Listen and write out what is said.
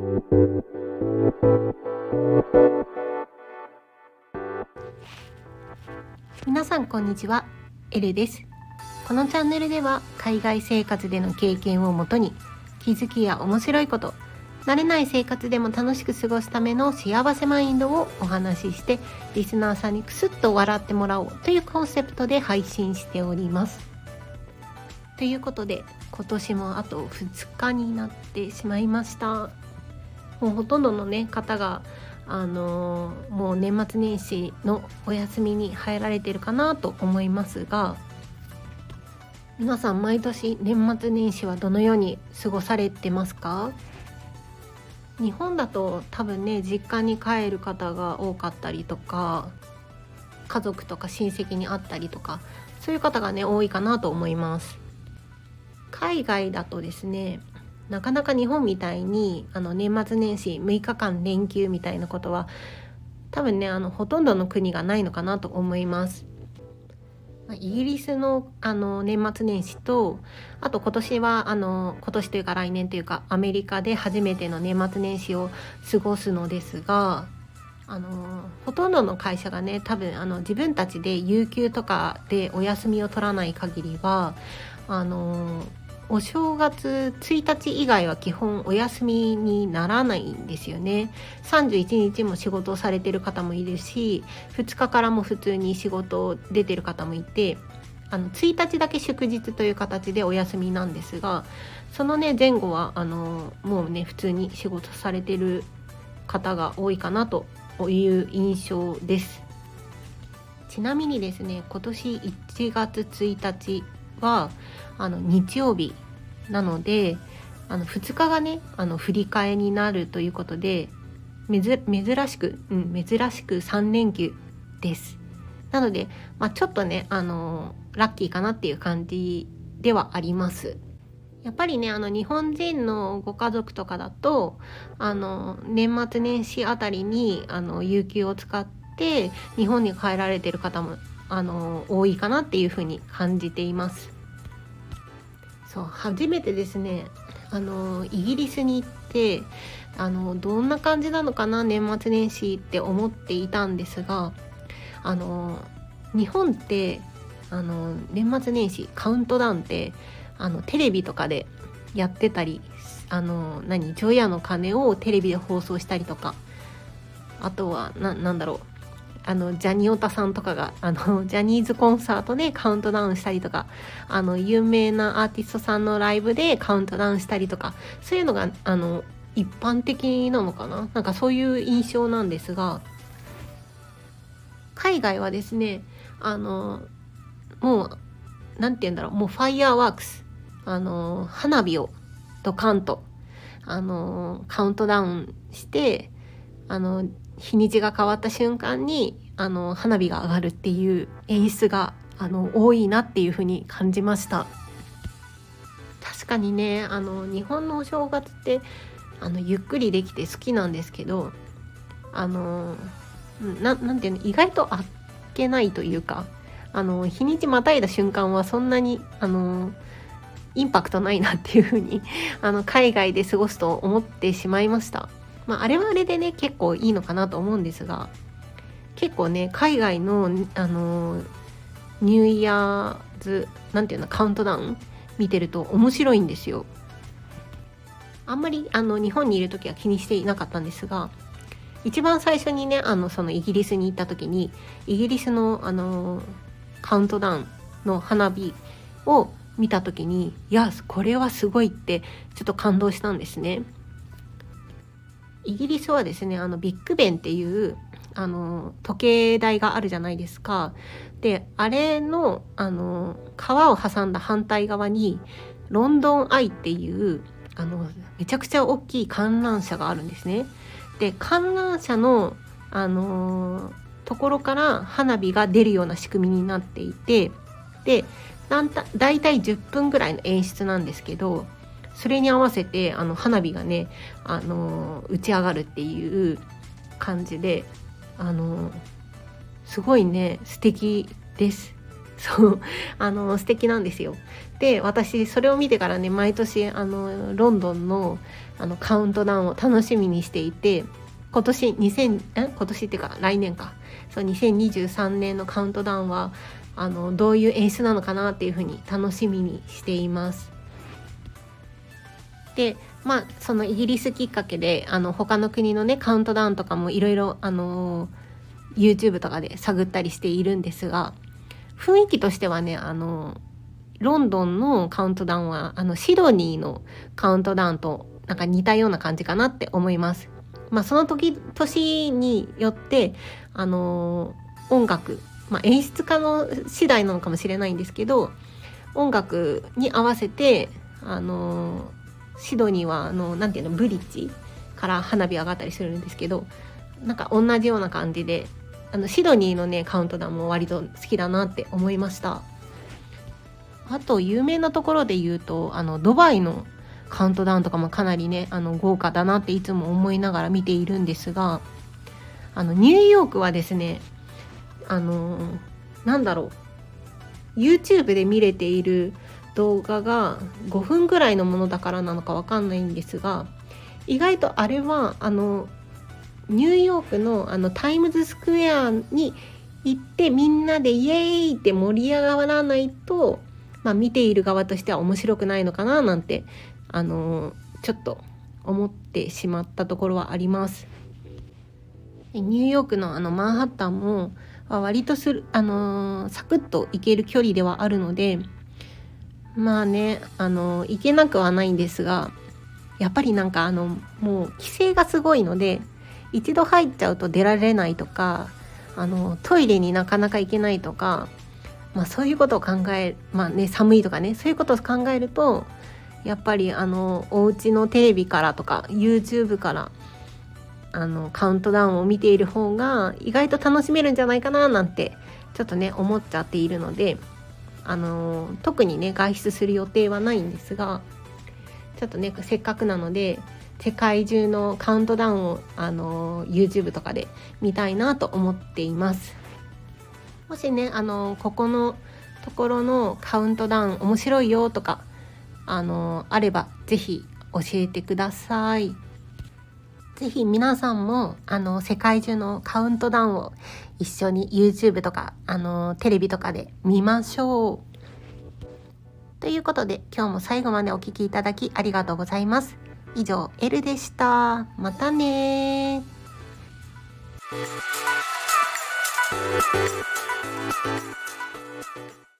皆さんこんにちは、エルです。このチャンネルでは海外生活での経験をもとに気づきや面白いこと、慣れない生活でも楽しく過ごすための幸せマインドをお話しして、リスナーさんにクスッと笑ってもらおうというコンセプトで配信しております。ということで、今年もあと2日になってしまいました。もうほとんどの方がもう年末年始のお休みに入られているかなと思いますが、皆さん毎年年末年始はどのように過ごされてますか？日本だと多分ね、実家に帰る方が多かったりとか、家族とか親戚に会ったりとか、そういう方がね多いかなと思います。海外だとですね、なかなか日本みたいに年末年始6日間連休みたいなことは多分ねほとんどの国がないのかなと思います。イギリスの年末年始と、あと今年は今年というか来年というかアメリカで初めての年末年始を過ごすのですが、ほとんどの会社がね多分自分たちで有給とかでお休みを取らない限りはお正月1日以外は基本お休みにならないんですよね。31日も仕事をされている方もいるし、2日からも普通に仕事出てる方もいて、1日だけ祝日という形でお休みなんですが、そのね前後はもうね普通に仕事されてる方が多いかなという印象です。ちなみにですね、今年1月1日は日曜日なので、2日がね振り替えになるということで、珍しく3連休です。なので、ちょっとねラッキーかなっていう感じではあります。やっぱりね日本人のご家族とかだと年末年始あたりに有給を使って日本に帰られてる方も多いかなっていうふうに感じています。そう、初めてですねイギリスに行ってどんな感じなのかな年末年始って思っていたんですが、日本って年末年始カウントダウンってテレビとかでやってたり、除夜の鐘をテレビで放送したりとか、あとはなんだろう、ジャニオタさんとかがジャニーズコンサートでカウントダウンしたりとか、有名なアーティストさんのライブでカウントダウンしたりとか、そういうのが一般的なのかな、なんかそういう印象なんですが、海外はですねもうなんて言うんだろう、もうファイヤーワークス、花火をドカンとカウントダウンして日にちが変わった瞬間に花火が上がるっていう演出が多いなっていう風に感じました。確かにね日本のお正月ってゆっくりできて好きなんですけど、なんていうの、意外とあっけないというか、日にちまたいだ瞬間はそんなにインパクトないなっていう風に海外で過ごすと思ってしまいました。あれはあれでね結構いいのかなと思うんですが、結構ね海外のニューイヤーズなんていうのカウントダウン見てると面白いんですよ。あんまり日本にいる時は気にしていなかったんですが、一番最初にねそのイギリスに行った時にイギリスのカウントダウンの花火を見た時に、いやこれはすごいってちょっと感動したんですね。イギリスはですねビッグベンっていう時計台があるじゃないですか。であれの川を挟んだ反対側にロンドンアイっていうめちゃくちゃ大きい観覧車があるんですね。で観覧車のところから花火が出るような仕組みになっていて、でだいたい10分ぐらいの演出なんですけど、それに合わせて花火がね打ち上がるっていう感じで、すごいね素敵です。 そう素敵なんですよ。で私それを見てからね、毎年ロンドンのカウントダウンを楽しみにしていて、今年っていうか来年か、そう2023年のカウントダウンはどういう演出なのかなっていうふうに楽しみにしています。でそのイギリスきっかけで他の国のねカウントダウンとかもいろいろYouTube とかで探ったりしているんですが、雰囲気としてはねロンドンのカウントダウンはシドニーのカウントダウンとなんか似たような感じかなって思います。その年によって音楽、演出家の次第なのかもしれないんですけど、音楽に合わせてシドニーはなんていうの、ブリッジから花火上がったりするんですけど、なんか同じような感じでシドニーのねカウントダウンも割と好きだなって思いました。あと有名なところで言うとドバイのカウントダウンとかもかなりね豪華だなっていつも思いながら見ているんですが、ニューヨークはですねなんだろう、 YouTube で見れている動画が5分ぐらいのものだからなのかわかんないんですが、意外とあれはニューヨークのタイムズスクエアに行ってみんなでイエーイって盛り上がらないと、見ている側としては面白くないのかななんてちょっと思ってしまったところはあります。ニューヨークのマンハッタンも割とサクッと行ける距離ではあるので、行けなくはないんですが、やっぱりなんかもう規制がすごいので、一度入っちゃうと出られないとか、トイレになかなか行けないとか、そういうことを考え、寒いとかね、そういうことを考えると、やっぱりお家のテレビからとか YouTube からカウントダウンを見ている方が意外と楽しめるんじゃないかななんてちょっとね思っちゃっているので、特にね外出する予定はないんですが、ちょっとねせっかくなので世界中のカウントダウンをYouTube とかで見たいなと思っています。もしねここのところのカウントダウン面白いよとかあればぜひ教えてください。ぜひ皆さんも世界中のカウントダウンを一緒に YouTube とかテレビとかで見ましょう。ということで今日も最後までお聞きいただきありがとうございます。以上、エルでした。またね。